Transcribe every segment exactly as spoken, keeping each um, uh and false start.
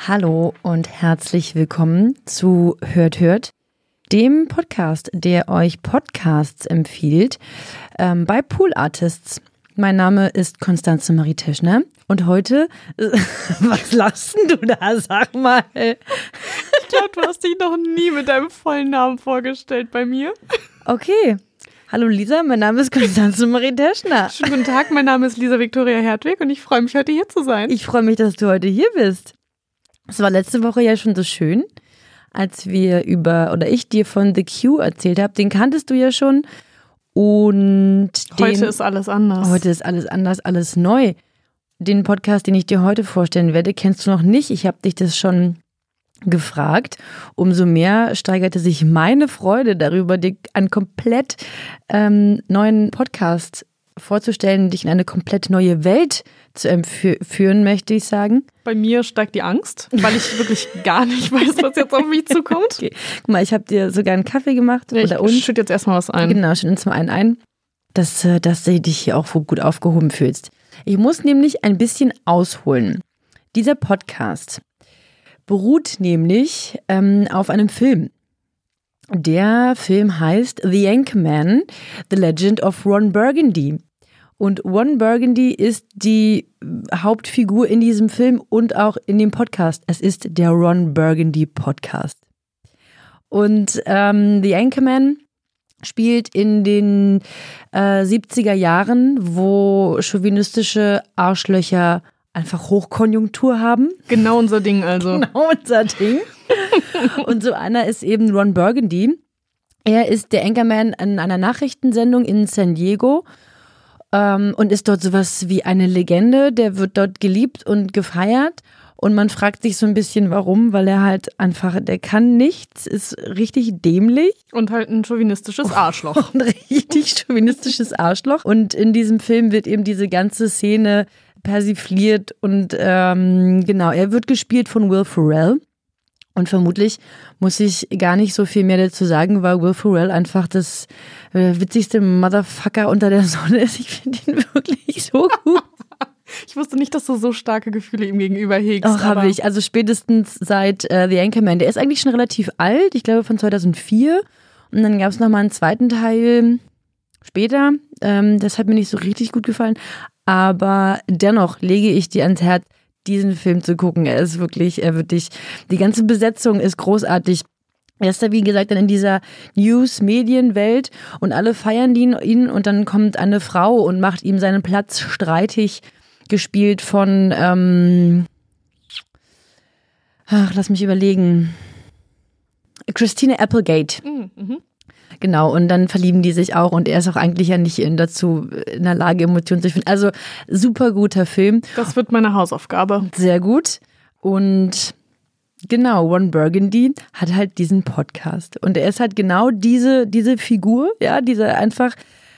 Hallo und herzlich willkommen zu Hört Hört, dem Podcast, der euch Podcasts empfiehlt, ähm, bei Pool Artists. Mein Name ist Konstanze Marie Teschner und heute, äh, was lachst denn du da, sag mal? Ich glaube, du hast dich noch nie mit deinem vollen Namen vorgestellt bei mir. Okay. Hallo Lisa, mein Name ist Konstanze Marie Teschner. Schönen guten Tag, mein Name ist Lisa Viktoria Hertwig und ich freue mich, heute hier zu sein. Ich freue mich, dass du heute hier bist. Es war letzte Woche ja schon so schön, als wir über, oder ich dir von The Q erzählt habe. Den kanntest du ja schon. Und den, heute ist alles anders. Heute ist alles anders, alles neu. Den Podcast, den ich dir heute vorstellen werde, kennst du noch nicht. Ich habe dich das schon gefragt. Umso mehr steigerte sich meine Freude darüber, dir einen komplett ähm, neuen Podcast vorzustellen, dich in eine komplett neue Welt zu entführen, möchte ich sagen. Bei mir steigt die Angst, weil ich wirklich gar nicht weiß, was jetzt auf mich zukommt. Okay. Guck mal, ich habe dir sogar einen Kaffee gemacht. Nee, oder ich uns. schütte jetzt erstmal was ein. Genau, schütte uns mal einen ein, dass, dass du dich hier auch gut aufgehoben fühlst. Ich muss nämlich ein bisschen ausholen. Dieser Podcast beruht nämlich ähm, auf einem Film. Der Film heißt The Anchorman, The Legend of Ron Burgundy. Und Ron Burgundy ist die Hauptfigur in diesem Film und auch in dem Podcast. Es ist der Ron Burgundy Podcast. Und ähm, The Anchorman spielt in den äh, siebziger Jahren, wo chauvinistische Arschlöcher einfach Hochkonjunktur haben. Genau unser Ding also. Genau unser Ding. Und so einer ist eben Ron Burgundy. Er ist der Anchorman in einer Nachrichtensendung in San Diego ähm, und ist dort sowas wie eine Legende. Der wird dort geliebt und gefeiert. Und man fragt sich so ein bisschen, warum, weil er halt einfach, der kann nichts, ist richtig dämlich. Und halt ein chauvinistisches Arschloch. Ein richtig chauvinistisches Arschloch. Und in diesem Film wird eben diese ganze Szene persifliert und ähm, genau, er wird gespielt von Will Ferrell. Und vermutlich muss ich gar nicht so viel mehr dazu sagen, weil Will Ferrell einfach das äh, witzigste Motherfucker unter der Sonne ist. Ich finde ihn wirklich so gut. Ich wusste nicht, dass du so starke Gefühle ihm gegenüber hegst. Doch, habe ich. Also spätestens seit äh, The Anchorman. Der ist eigentlich schon relativ alt, ich glaube von zweitausendvier. Und dann gab es nochmal einen zweiten Teil später. Ähm, das hat mir nicht so richtig gut gefallen. Aber dennoch lege ich dir ans Herz, diesen Film zu gucken. Er ist wirklich, er wird dich, die ganze Besetzung ist großartig. Er ist da, wie gesagt, dann in dieser News-Medien-Welt und alle feiern ihn und dann kommt eine Frau und macht ihm seinen Platz streitig, gespielt von, ähm, ach, lass mich überlegen, Christina Applegate. Mhm. Genau, und dann verlieben die sich auch und er ist auch eigentlich ja nicht in, dazu in der Lage, Emotionen zu finden. Also super guter Film. Das wird meine Hausaufgabe. Sehr gut. Und genau, Ron Burgundy hat halt diesen Podcast. Und er ist halt genau diese, diese Figur, ja, dieser einfach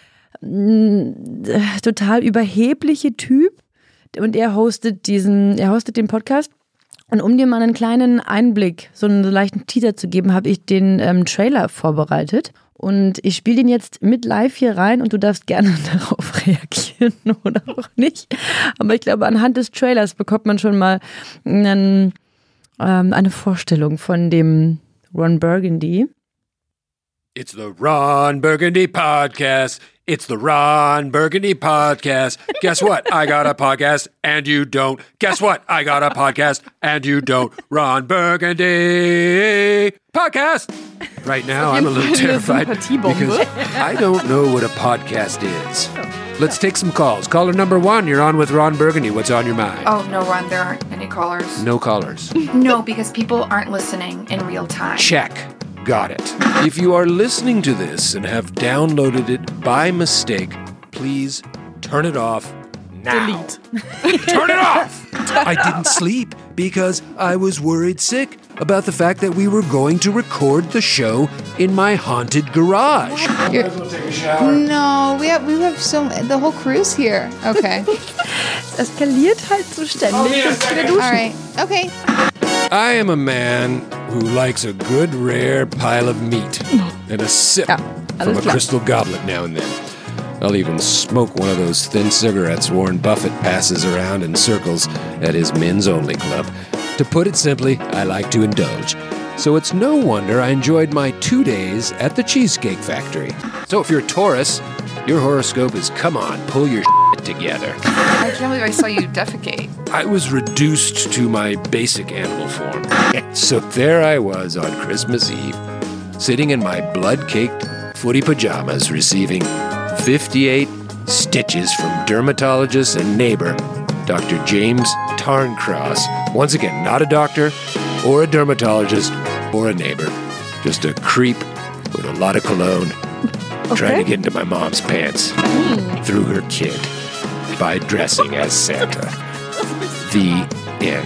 mh, total überhebliche Typ. Und er hostet diesen, er hostet den Podcast. Und um dir mal einen kleinen Einblick, so einen so leichten Teaser zu geben, habe ich den ähm, Trailer vorbereitet. Und ich spiele den jetzt mit live hier rein und du darfst gerne darauf reagieren oder auch nicht. Aber ich glaube, anhand des Trailers bekommt man schon mal einen, ähm, eine Vorstellung von dem Ron Burgundy. It's the Ron Burgundy Podcast. It's the Ron Burgundy Podcast. Guess what? I got a podcast and you don't. Guess what? I got a podcast and you don't. Ron Burgundy Podcast. Right now, I'm a little terrified because I don't know what a podcast is. Let's take some calls. Caller number one, you're on with Ron Burgundy. What's on your mind? Oh, no, Ron, there aren't any callers. No callers. No, because people aren't listening in real time. Check. Got it. If you are listening to this and have downloaded it by mistake, please turn it off now. Delete. Turn it off! I didn't sleep because I was worried sick about the fact that we were going to record the show in my haunted garage. You're, no, we have we have so the whole crew's here. Okay. Es eskaliert halt so ständig. All right. Okay. I am a man who likes a good rare pile of meat and a sip Ja, from alles a klar. crystal goblet now and then. I'll even smoke one of those thin cigarettes Warren Buffett passes around in circles at his men's only club. To put it simply, I like to indulge. So it's no wonder I enjoyed my two days at the Cheesecake Factory. So if you're a Taurus, your horoscope is come on, pull your shit together. I can't believe I saw you defecate. I was reduced to my basic animal form. So there I was on Christmas Eve, sitting in my blood-caked footy pajamas, receiving fifty-eight stitches from dermatologist and neighbor, Doctor James Tarncross. Once again, not a doctor or a dermatologist or a neighbor, just a creep with a lot of cologne Okay. trying to get into my mom's pants Mm. through her kid by dressing as Santa. The end.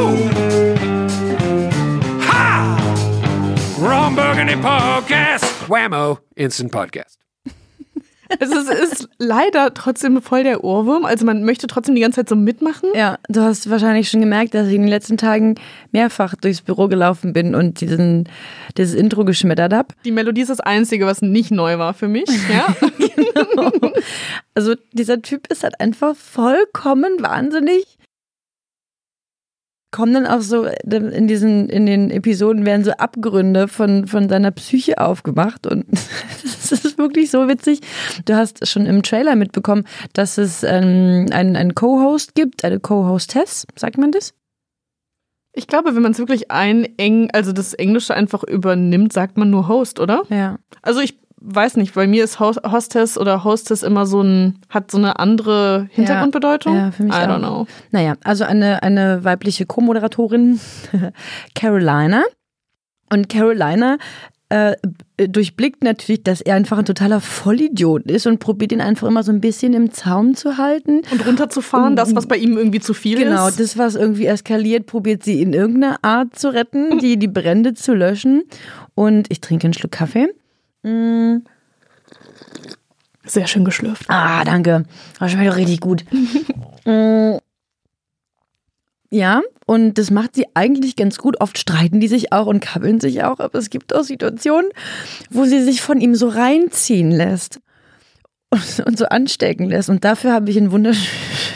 Ha! Ron Burgundy Podcast. Whammo. Instant Podcast. Es ist, ist leider trotzdem voll der Ohrwurm. Also man möchte trotzdem die ganze Zeit so mitmachen. Ja, du hast wahrscheinlich schon gemerkt, dass ich in den letzten Tagen mehrfach durchs Büro gelaufen bin und diesen, dieses Intro geschmettert habe. Die Melodie ist das Einzige, was nicht neu war für mich. Ja. Genau. Also dieser Typ ist halt einfach vollkommen wahnsinnig. Kommen dann auch so in diesen, in den Episoden werden so Abgründe von, von seiner Psyche aufgemacht und es ist wirklich so witzig. Du hast schon im Trailer mitbekommen, dass es ähm, einen, einen Co-Host gibt, eine Co-Hostess, sagt man das? Ich glaube, wenn man es wirklich eineng, also das Englische einfach übernimmt, sagt man nur Host, oder? Ja. Also ich weiß nicht, bei mir ist Hostess oder Hostess immer so ein, hat so eine andere Hintergrundbedeutung. Ja, für mich I auch. don't know. Naja, also eine, eine weibliche Co-Moderatorin, Carolina. Und Carolina äh, durchblickt natürlich, dass er einfach ein totaler Vollidiot ist und probiert ihn einfach immer so ein bisschen im Zaum zu halten. Und runterzufahren, das, was bei ihm irgendwie zu viel Genau, ist. Genau, das, was irgendwie eskaliert, probiert sie in irgendeiner Art zu retten, die, die Brände zu löschen. Und ich trinke einen Schluck Kaffee. Mm. Sehr schön geschlürft. Ah, danke. Das schmeckt doch richtig gut. mm. Ja, und das macht sie eigentlich ganz gut. Oft streiten die sich auch und kabbeln sich auch, aber es gibt auch Situationen, wo sie sich von ihm so reinziehen lässt und, und so anstecken lässt. Und dafür habe ich ein wunderschönes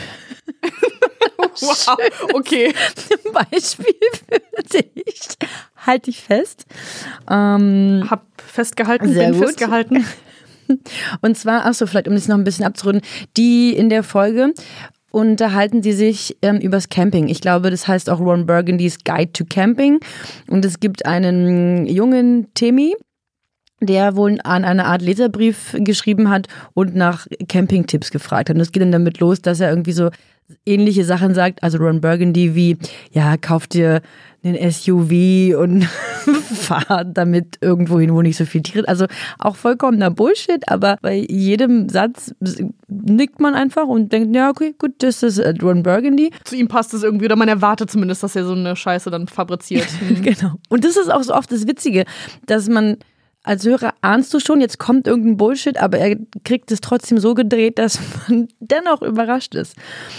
Wow, okay. Beispiel für dich. Halt dich fest. Ähm, Hab festgehalten, Sehr bin gut. festgehalten. Und zwar, achso, vielleicht um das noch ein bisschen abzurunden, die in der Folge unterhalten sie sich ähm, übers Camping. Ich glaube, das heißt auch Ron Burgundy's Guide to Camping. Und es gibt einen jungen Timmy, der wohl an eine Art Leserbrief geschrieben hat und nach Campingtipps gefragt hat. Und es geht dann damit los, dass er irgendwie so ähnliche Sachen sagt, also Ron Burgundy wie, ja, kauf dir einen S U V und fahr damit irgendwo hin, wo nicht so viel Tiere. Also auch vollkommener Bullshit, aber bei jedem Satz nickt man einfach und denkt, ja, okay, gut, das ist Ron Burgundy. Zu ihm passt es irgendwie, oder man erwartet zumindest, dass er so eine Scheiße dann fabriziert. Hm. Genau. Und das ist auch so oft das Witzige, dass man als Hörer ahnst du schon, jetzt kommt irgendein Bullshit, aber er kriegt es trotzdem so gedreht, dass man dennoch überrascht ist.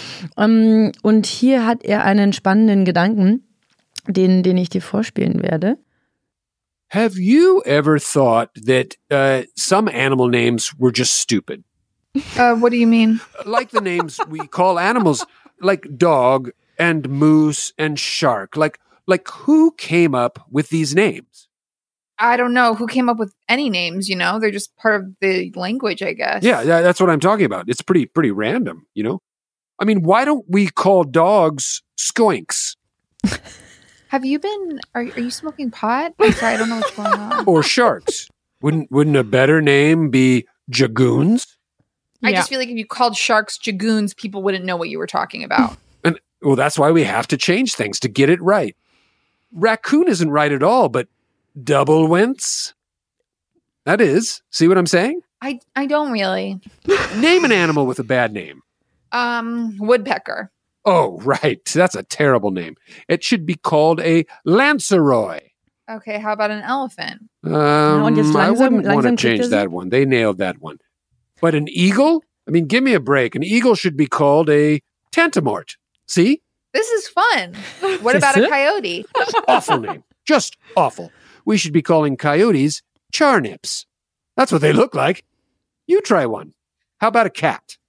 Und hier hat er einen spannenden Gedanken, den, den ich dir vorspielen werde. Have you ever thought that uh, some animal names were just stupid? Uh, what do you mean? Like the names we call animals, like dog and moose and shark. Like, like who came up with these names? I don't know who came up with any names, you know? They're just part of the language, I guess. Yeah, yeah, that's what I'm talking about. It's pretty, pretty random, you know? I mean, why don't we call dogs skoinks? Have you been, are, are you smoking pot? I'm sorry, I don't know what's going on. Or sharks? Wouldn't, wouldn't a better name be jagoons? I Yeah. just feel like if you called sharks jagoons, people wouldn't know what you were talking about. And, well, that's why we have to change things to get it right. Raccoon isn't right at all, but double wince? That is. See what I'm saying? I, I don't really. Name an animal with a bad name. Um, woodpecker. Oh, right. That's a terrible name. It should be called a Lanceroy. Okay, how about an elephant? Um, und jetzt I langsam- wouldn't want to langsam kriegt change er sie. that one. They nailed that one. But an eagle? I mean, give me a break. An eagle should be called a tantamort. See? This is fun. What about a Siehste? coyote? Awful name. Just awful. We should be calling coyotes charnips. That's what they look like. You try one. How about a cat?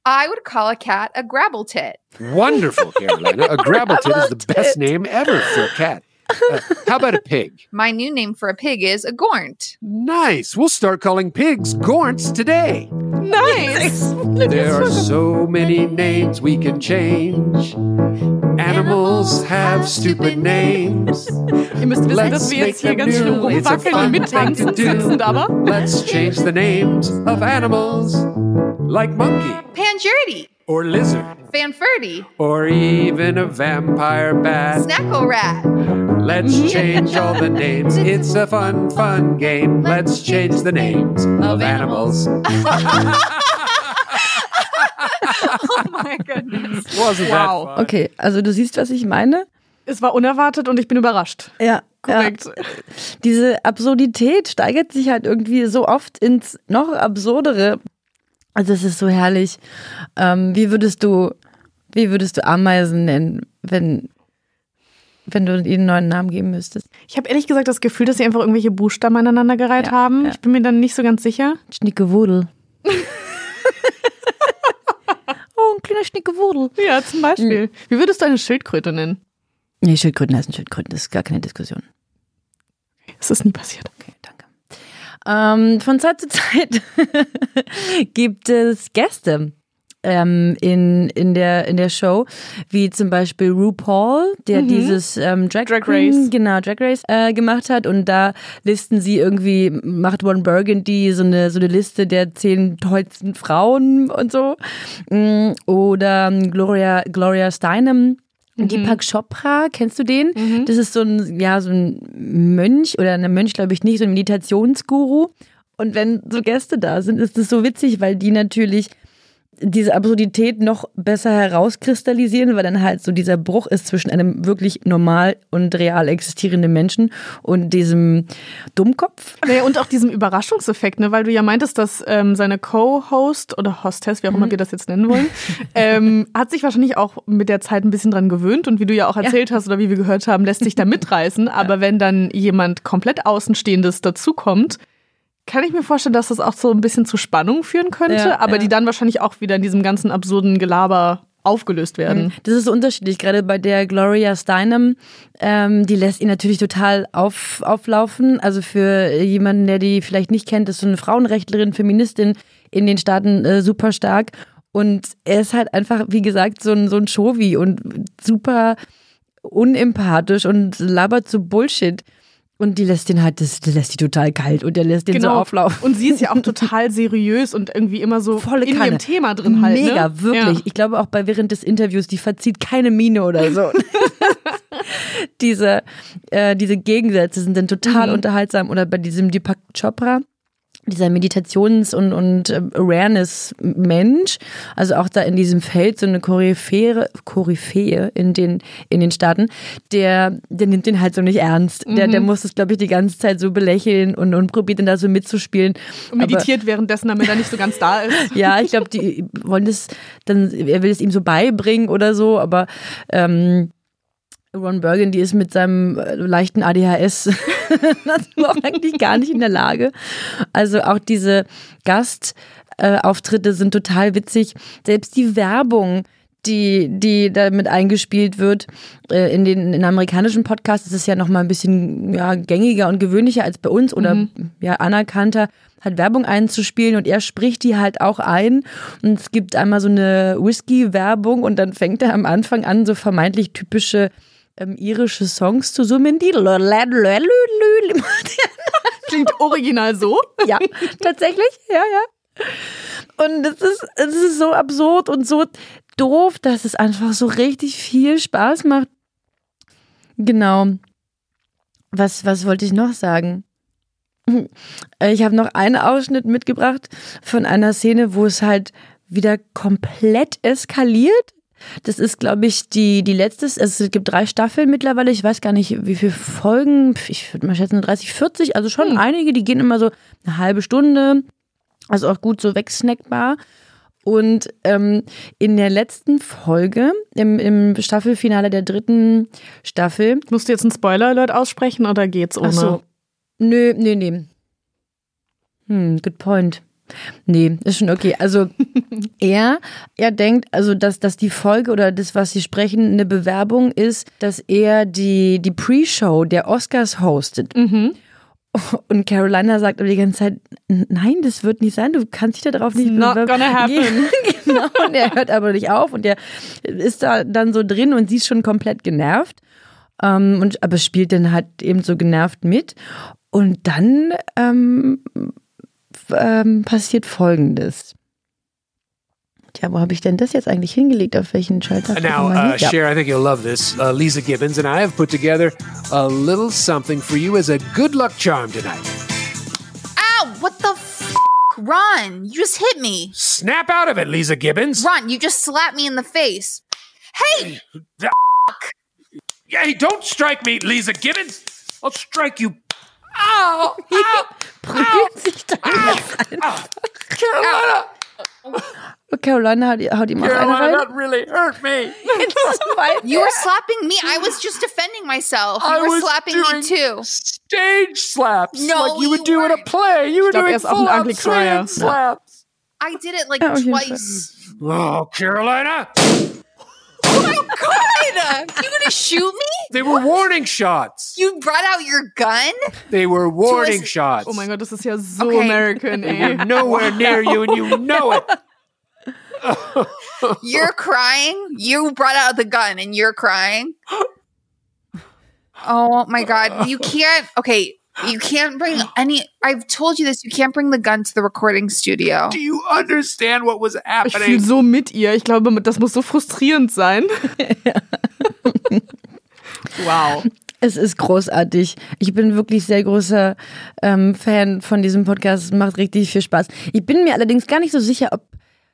I would call a cat a grabbletit. Wonderful, Carolina. A grabbletit is the best name ever for a cat. Uh, how about a pig? My new name for a pig is a gornt. Nice. We'll start calling pigs gornts today. Nice. There are so many names we can change. Animals have stupid names. Ihr müsst wissen, Let's dass wir jetzt make hier them ganz schön new. It's a rumwackeln und fun mittanzen thing to do. sitzend, aber Let's change the names of animals like monkey Panjurdy, or lizard Fanfurdy, or even a vampire bat. Snackle Rat. Let's change all the names. It's a fun, fun game. Let's change the names of animals. Oh my goodness. Wasn't Wow. that fun? Okay, also du siehst, was ich meine? es war unerwartet und ich bin überrascht. Ja, Korrekt. Ja. Diese Absurdität steigert sich halt irgendwie so oft ins noch Absurdere. Also es ist so herrlich. Ähm, wie würdest du, wie würdest du Ameisen nennen, wenn, wenn du ihnen einen neuen Namen geben müsstest? Ich habe ehrlich gesagt das Gefühl, dass sie einfach irgendwelche Buchstaben aneinandergereiht Ja, haben. ja. Ich bin mir dann nicht so ganz sicher. Schnickewudel. Oh, ein kleiner Schnickewudel. Ja, zum Beispiel. Wie würdest du eine Schildkröte nennen? Nee, Schildkröten heißen Schildkröten, das ist gar keine Diskussion. Es ist nie passiert. Okay, danke. Ähm, von Zeit zu Zeit gibt es Gäste ähm, in, in, der, in der Show, wie zum Beispiel RuPaul, der Mhm. dieses ähm, Drag, Drag Queen, Race. genau, Drag Race äh, gemacht hat, und da listen sie irgendwie, macht Ron Burgundy so eine, so eine Liste der zehn tollsten Frauen und so. Mm, Oder Gloria, Gloria Steinem. Deepak Chopra, kennst du den? Mhm. Das ist so ein, ja, so ein Mönch, oder ein Mönch glaube ich nicht, so ein Meditationsguru. Und wenn so Gäste da sind, ist das so witzig, weil die natürlich diese Absurdität noch besser herauskristallisieren, weil dann halt so dieser Bruch ist zwischen einem wirklich normal und real existierenden Menschen und diesem Dummkopf. Naja, und auch diesem Überraschungseffekt, ne? Weil du ja meintest, dass ähm, seine Co-Host oder Hostess, wie auch immer wir das jetzt nennen wollen, ähm, hat sich wahrscheinlich auch mit der Zeit ein bisschen dran gewöhnt, und wie du ja auch erzählt hast oder wie wir gehört haben, lässt sich da mitreißen. Aber wenn dann jemand komplett Außenstehendes dazukommt, kann ich mir vorstellen, dass das auch so ein bisschen zu Spannung führen könnte, Ja, aber ja. die dann wahrscheinlich auch wieder in diesem ganzen absurden Gelaber aufgelöst werden. Das ist so unterschiedlich. Gerade bei der Gloria Steinem, ähm, die lässt ihn natürlich total auf, auflaufen. Also für jemanden, der die vielleicht nicht kennt, ist so eine Frauenrechtlerin, Feministin in den Staaten, äh, super stark. Und er ist halt einfach, wie gesagt, so ein, so ein Chauvi und super unempathisch und labert so Bullshit. Und die lässt den halt, das, die lässt die total kalt, und der lässt den so auflaufen. Und sie ist ja auch total seriös und irgendwie immer so Volle in Kanne. ihrem Thema drin halt. Mega, ne? wirklich. Ja. Ich glaube auch bei während des Interviews, die verzieht keine Miene oder so. diese, äh, diese Gegensätze sind dann total Mhm. unterhaltsam. Oder bei diesem Deepak Chopra, dieser Meditations- und, und äh, Awareness-Mensch, also auch da in diesem Feld so eine Koryphäe, Koryphäe in den, in den Staaten, der, der nimmt den halt so nicht ernst. Der, der muss das, glaube ich, die ganze Zeit so belächeln und, und probiert dann da so mitzuspielen. Und meditiert währenddessen, damit er nicht so ganz da ist. Ja, ich glaube, die wollen das dann, er will es ihm so beibringen oder so, aber ähm, Ron Burgundy ist mit seinem äh, leichten A D H S dazu auch eigentlich gar nicht in der Lage. Also auch diese Gastauftritte sind total witzig. Selbst die Werbung, die, die damit eingespielt wird, äh, in den in amerikanischen Podcasts ist es ja nochmal ein bisschen ja, gängiger und gewöhnlicher als bei uns oder Mhm. ja, anerkannter, halt Werbung einzuspielen, und er spricht die halt auch ein, und es gibt einmal so eine Whisky-Werbung, und dann fängt er am Anfang an, so vermeintlich typische ähm, irische Songs zu summen. Die Klingt original so. ja, tatsächlich, ja, ja. Und es ist, es ist so absurd und so doof, dass es einfach so richtig viel Spaß macht. Genau. Was, was wollte ich noch sagen? Ich habe noch einen Ausschnitt mitgebracht von einer Szene, wo es halt wieder komplett eskaliert. Das ist, glaube ich, die, die letzte. Es gibt drei Staffeln mittlerweile. Ich weiß gar nicht, wie viele Folgen. Ich würde mal schätzen, dreißig, vierzig. Also schon Hm. einige. Die gehen immer so eine halbe Stunde. Also auch gut so wegsnackbar. Und ähm, in der letzten Folge, im, im Staffelfinale der dritten Staffel. Musst du jetzt einen Spoiler-Alert aussprechen oder geht's ohne? Ach so. Nö, nee, nee. Hm, good point. Nee, ist schon okay. Also er, er denkt, also dass, dass die Folge oder das, was sie sprechen, eine Bewerbung ist, dass er die, die Pre-Show der Oscars hostet. Mhm. Und Carolina sagt aber die ganze Zeit, nein, das wird nicht sein, du kannst dich darauf nicht Not bewerben. gonna happen. Genau, und er hört aber nicht auf und er ist da dann so drin und sie ist schon komplett genervt. Ähm, und, aber spielt dann halt eben so genervt mit. Und dann ähm, ähm, passiert Folgendes. Tja, wo habe ich denn das jetzt eigentlich hingelegt? Auf welchen Schalter? Now, uh, Cher, I think you'll love this. Uh, Lisa Gibbons and I have put together a little something for you as a good luck charm tonight. Ow! What the f***? Ron, you just hit me. Snap out of it, Lisa Gibbons. Ron, you just slapped me in the face. Hey! Hey, don't strike me, Lisa Gibbons. I'll strike you. Ow! Ow! Prügelt sich dann jetzt einfach. Carolina! Carolina haut, haut ihm auch eine Carolina, rein. that really hurt me. You were slapping me. I was just defending myself. You I were was slapping me doing too. Stage slaps, No, like you would you do in a weren't. play. You were Ich glaub, doing er ist auch ein full-out ugly crier. hand slaps. I did it like Oh, you- twice. Oh, Carolina! Oh my god! You gonna shoot me? They were warning shots. You brought out your gun? They were warning So shots. Oh mein Gott, das ist ja so Okay. American, ey. We're nowhere near you, and you know it. You're crying? You brought out the gun and you're crying? Oh my god. You can't. Okay. You can't bring any. I've told you this. You can't bring the gun to the recording studio. Do you understand what was Ich happening? fühle so mit ihr. Ich glaube, das muss so frustrierend sein. Wow. Es ist großartig. Ich bin wirklich sehr großer ähm, Fan von diesem Podcast. Es macht richtig viel Spaß. Ich bin mir allerdings gar nicht so sicher, ob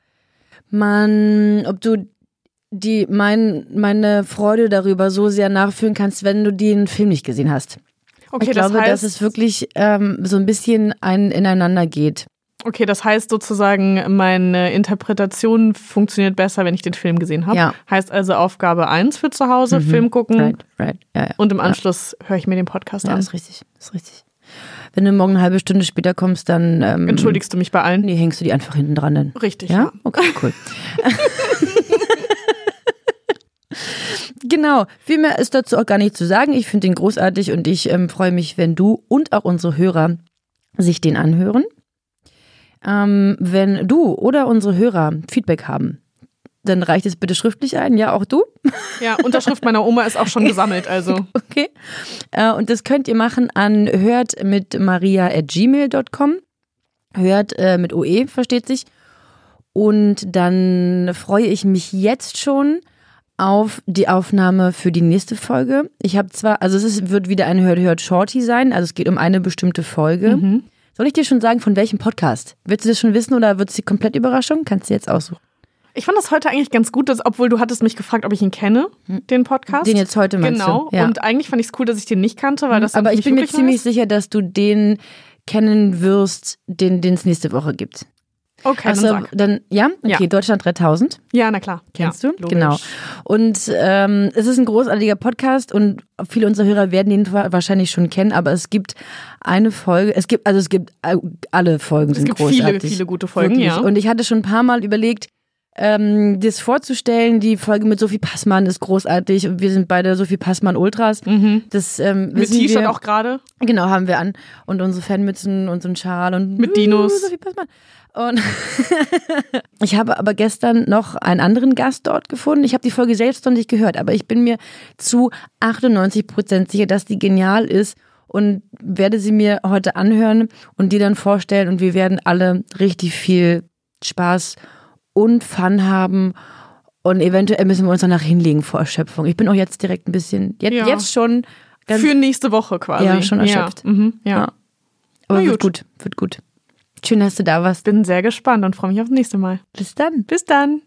man, ob du die mein, meine Freude darüber so sehr nachfühlen kannst, wenn du den Film nicht gesehen hast. Okay, ich glaube, das heißt, dass es wirklich ähm, so ein bisschen ein ineinander geht. Okay, das heißt sozusagen, meine Interpretation funktioniert besser, wenn ich den Film gesehen habe. Ja. Heißt also Aufgabe eins für zu Hause, Mhm. Film gucken Right, right. Ja, ja. und im Anschluss höre ich mir den Podcast Ja, an. ist richtig, ist richtig. Wenn du morgen eine halbe Stunde später kommst, dann ähm, Entschuldigst du mich bei allen? Nee, hängst du die einfach hinten dran dann. Richtig, Ja? ja. Okay, cool. Genau, viel mehr ist dazu auch gar nicht zu sagen. Ich finde den großartig und ich ähm, freue mich, wenn du und auch unsere Hörer sich den anhören. Ähm, wenn du oder unsere Hörer Feedback haben, dann reicht es bitte schriftlich ein. Ja, auch du. Ja, Unterschrift meiner Oma ist auch schon gesammelt, also. Okay. Äh, und das könnt ihr machen an hört mit maria at gmail dot com. Hört äh, mit O E, versteht sich. Und dann freue ich mich jetzt schon auf die Aufnahme für die nächste Folge. Ich habe zwar, also es ist, wird wieder ein Hört, Hört Shorty sein, also es geht um eine bestimmte Folge. Mhm. Soll ich dir schon sagen, von welchem Podcast? Willst du das schon wissen oder wird es die komplette Überraschung? Kannst du jetzt aussuchen. Ich fand das heute eigentlich ganz gut, dass, obwohl du hattest mich gefragt, ob ich ihn kenne, den Podcast. Den jetzt heute meinst Genau. du? Ja. Und eigentlich fand ich es cool, dass ich den nicht kannte, weil das dann Aber für ich mich bin mir wirklich ziemlich neu ist. sicher, dass du den kennen wirst, den es nächste Woche gibt. Okay, Also dann sag. dann, ja? Okay, Ja. Deutschland dreitausend. Ja, na klar. Kennst ja, du? logisch. Genau. Und ähm, es ist ein großartiger Podcast und viele unserer Hörer werden ihn wahrscheinlich schon kennen, aber es gibt eine Folge, es gibt, also es gibt, alle Folgen Es sind gibt großartig. viele, viele gute Folgen, Wirklich. ja. Und ich hatte schon ein paar Mal überlegt, ähm, das vorzustellen. Die Folge mit Sophie Passmann ist großartig und wir sind beide Sophie Passmann Ultras. Mhm. Das ähm, Mit wissen T-Shirt wir. auch gerade. Genau, haben wir an. Und unsere Fanmützen und so einen Schal und Mit Dinos. Sophie Passmann. Und ich habe aber gestern noch einen anderen Gast dort gefunden. Ich habe die Folge selbst noch nicht gehört, aber ich bin mir zu achtundneunzig Prozent sicher, dass die genial ist und werde sie mir heute anhören und die dann vorstellen und wir werden alle richtig viel Spaß und Fun haben und eventuell müssen wir uns danach hinlegen vor Erschöpfung. Ich bin auch jetzt direkt ein bisschen, jetzt, Ja. jetzt schon ganz, Für nächste Woche quasi. Ja, schon erschöpft. Ja. Mhm, ja. Ja. aber Na wird gut. gut, wird gut. Schön, dass du da warst. Bin sehr gespannt und freue mich aufs nächste Mal. Bis dann. Bis dann.